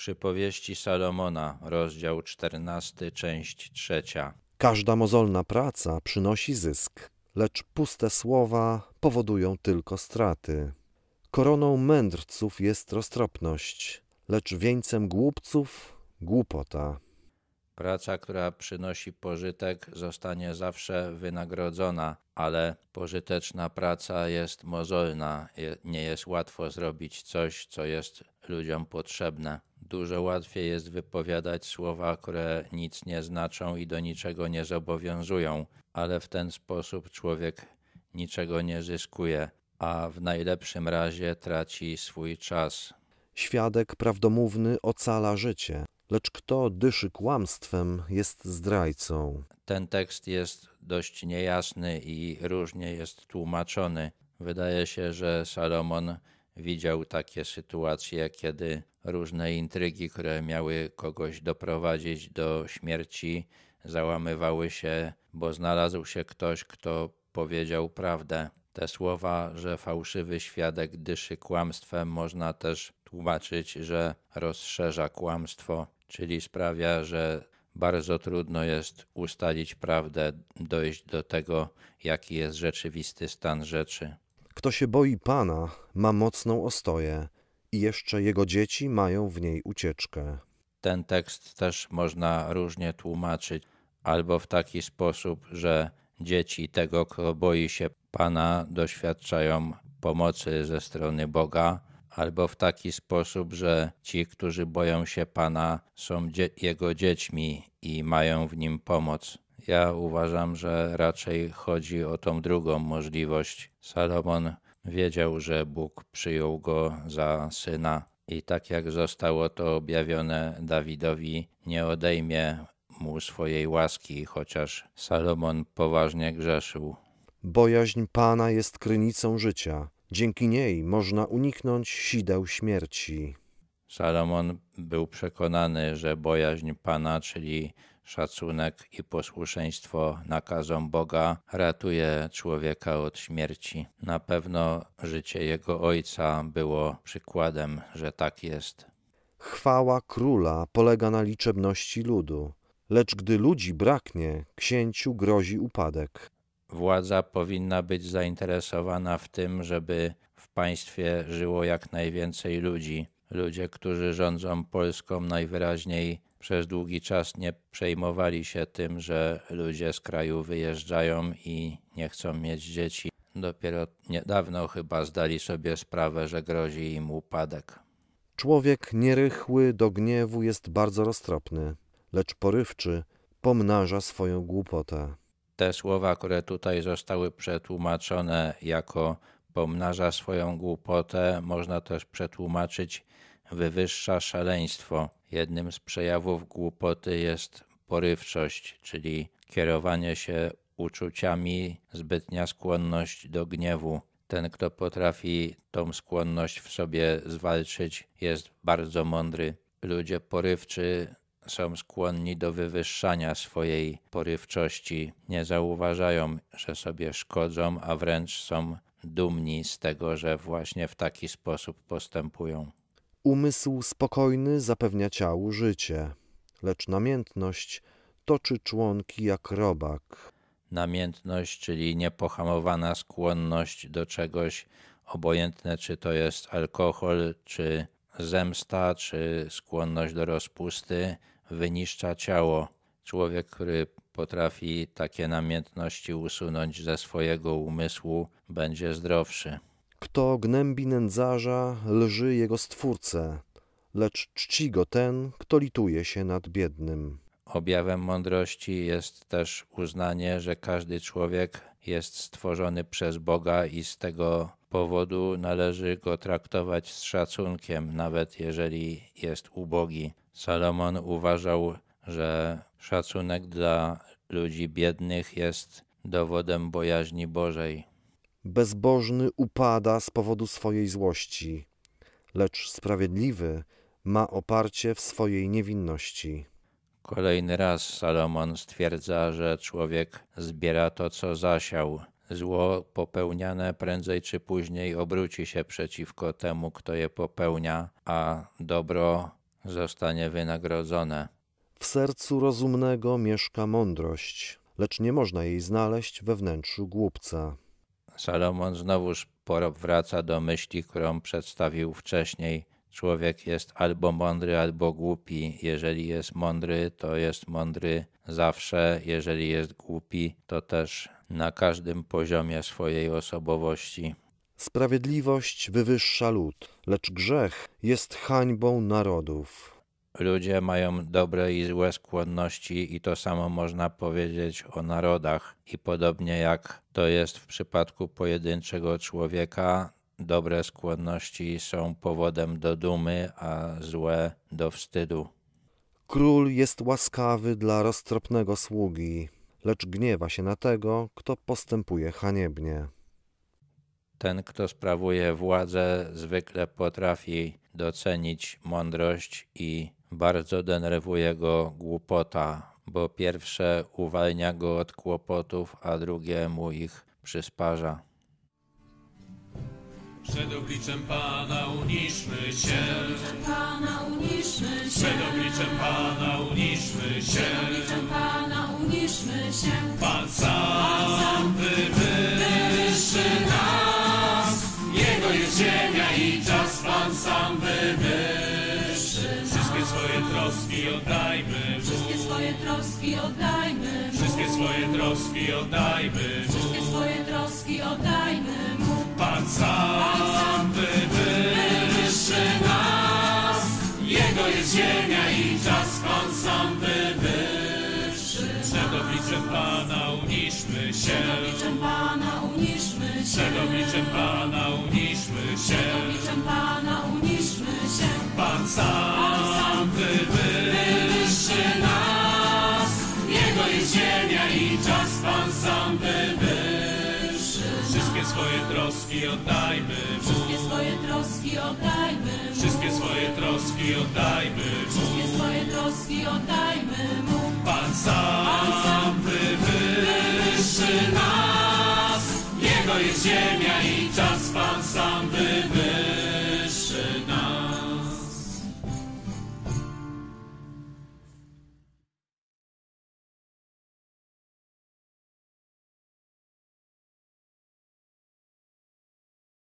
Przypowieści Salomona, rozdział 14, część 3. Każda mozolna praca przynosi zysk, lecz puste słowa powodują tylko straty. Koroną mędrców jest roztropność, lecz wieńcem głupców głupota. Praca, która przynosi pożytek, zostanie zawsze wynagrodzona, ale pożyteczna praca jest mozolna. Nie jest łatwo zrobić coś, co jest ludziom potrzebne. Dużo łatwiej jest wypowiadać słowa, które nic nie znaczą i do niczego nie zobowiązują, ale w ten sposób człowiek niczego nie zyskuje, a w najlepszym razie traci swój czas. Świadek prawdomówny ocala życie, lecz kto dyszy kłamstwem, jest zdrajcą. Ten tekst jest dość niejasny i różnie jest tłumaczony. Wydaje się, że Salomon widział takie sytuacje, kiedy różne intrygi, które miały kogoś doprowadzić do śmierci, załamywały się, bo znalazł się ktoś, kto powiedział prawdę. Te słowa, że fałszywy świadek dyszy kłamstwem, można też tłumaczyć, że rozszerza kłamstwo, czyli sprawia, że bardzo trudno jest ustalić prawdę, dojść do tego, jaki jest rzeczywisty stan rzeczy. Kto się boi Pana, ma mocną ostoję i jeszcze jego dzieci mają w niej ucieczkę. Ten tekst też można różnie tłumaczyć, albo w taki sposób, że dzieci tego, kto boi się Pana, doświadczają pomocy ze strony Boga, albo w taki sposób, że ci, którzy boją się Pana, są Jego dziećmi i mają w Nim pomoc. Ja uważam, że raczej chodzi o tą drugą możliwość. Salomon wiedział, że Bóg przyjął go za syna i tak jak zostało to objawione Dawidowi, nie odejmie mu swojej łaski, chociaż Salomon poważnie grzeszył. Bojaźń Pana jest krynicą życia. Dzięki niej można uniknąć sideł śmierci. Salomon był przekonany, że bojaźń Pana, czyli szacunek i posłuszeństwo nakazom Boga, ratuje człowieka od śmierci. Na pewno życie jego ojca było przykładem, że tak jest. Chwała króla polega na liczebności ludu, lecz gdy ludzi braknie, księciu grozi upadek. Władza powinna być zainteresowana w tym, żeby w państwie żyło jak najwięcej ludzi. Ludzie, którzy rządzą Polską, najwyraźniej przez długi czas nie przejmowali się tym, że ludzie z kraju wyjeżdżają i nie chcą mieć dzieci. Dopiero niedawno chyba zdali sobie sprawę, że grozi im upadek. Człowiek nierychły do gniewu jest bardzo roztropny, lecz porywczy pomnaża swoją głupotę. Te słowa, które tutaj zostały przetłumaczone jako pomnaża swoją głupotę, można też przetłumaczyć wywyższa szaleństwo. Jednym z przejawów głupoty jest porywczość, czyli kierowanie się uczuciami, zbytnia skłonność do gniewu. Ten, kto potrafi tą skłonność w sobie zwalczyć, jest bardzo mądry. Ludzie porywczy są skłonni do wywyższania swojej porywczości. Nie zauważają, że sobie szkodzą, a wręcz są dumni z tego, że właśnie w taki sposób postępują. Umysł spokojny zapewnia ciału życie, lecz namiętność toczy członki jak robak. Namiętność, czyli niepohamowana skłonność do czegoś, obojętne czy to jest alkohol, czy zemsta, czy skłonność do rozpusty, wyniszcza ciało. Człowiek, który potrafi takie namiętności usunąć ze swojego umysłu, będzie zdrowszy. Kto gnębi nędzarza, lży jego stwórcę, lecz czci go ten, kto lituje się nad biednym. Objawem mądrości jest też uznanie, że każdy człowiek jest stworzony przez Boga i z tego powodu należy go traktować z szacunkiem, nawet jeżeli jest ubogi. Salomon uważał, że szacunek dla ludzi biednych jest dowodem bojaźni Bożej. Bezbożny upada z powodu swojej złości, lecz sprawiedliwy ma oparcie w swojej niewinności. Kolejny raz Salomon stwierdza, że człowiek zbiera to, co zasiał. Zło popełniane prędzej czy później obróci się przeciwko temu, kto je popełnia, a dobro zostanie wynagrodzone. W sercu rozumnego mieszka mądrość, lecz nie można jej znaleźć we wnętrzu głupca. Salomon znowuż wraca do myśli, którą przedstawił wcześniej. Człowiek jest albo mądry, albo głupi. Jeżeli jest mądry, to jest mądry zawsze. Jeżeli jest głupi, to też na każdym poziomie swojej osobowości. Sprawiedliwość wywyższa lud, lecz grzech jest hańbą narodów. Ludzie mają dobre i złe skłonności i to samo można powiedzieć o narodach. I podobnie jak to jest w przypadku pojedynczego człowieka, dobre skłonności są powodem do dumy, a złe do wstydu. Król jest łaskawy dla roztropnego sługi, lecz gniewa się na tego, kto postępuje haniebnie. Ten, kto sprawuje władzę, zwykle potrafi docenić mądrość i bardzo denerwuje go głupota, bo pierwsze uwalnia go od kłopotów, a drugie mu ich przysparza. Przed obliczem Pana uniszmy się. Pana uniszmy się. Przed obliczem Pana uniszmy się. Przed obliczem Pana uniszmy się. Pan sam wywyższy nas. Jego jest ziemia i czas. Pan sam wywyższy. Wszystkie swoje troski oddajmy Wszystkie Mu. swoje troski oddajmy Mu. Wszystkie swoje troski oddajmy Wszystkie Mu. swoje troski oddajmy Mu. Pan sam wywyższy nas. Jego jest ziemia i czas. Pan sam wywyższy. Przed obliczem Pana uniszmy się. Przed obliczem Pana uniszmy się. Przed obliczem Pana uniszmy się. Przed obliczem Pana uniszmy się. Pan sam wywyższy nas. Jego jest ziemia i czas. Pan sam wywyższy. Wszystkie swoje troski oddajmy Wszystkie Mu. swoje troski oddajmy Mu. Wszystkie swoje troski oddajmy Wszystkie Mu. swoje troski oddajmy Mu. Pan sam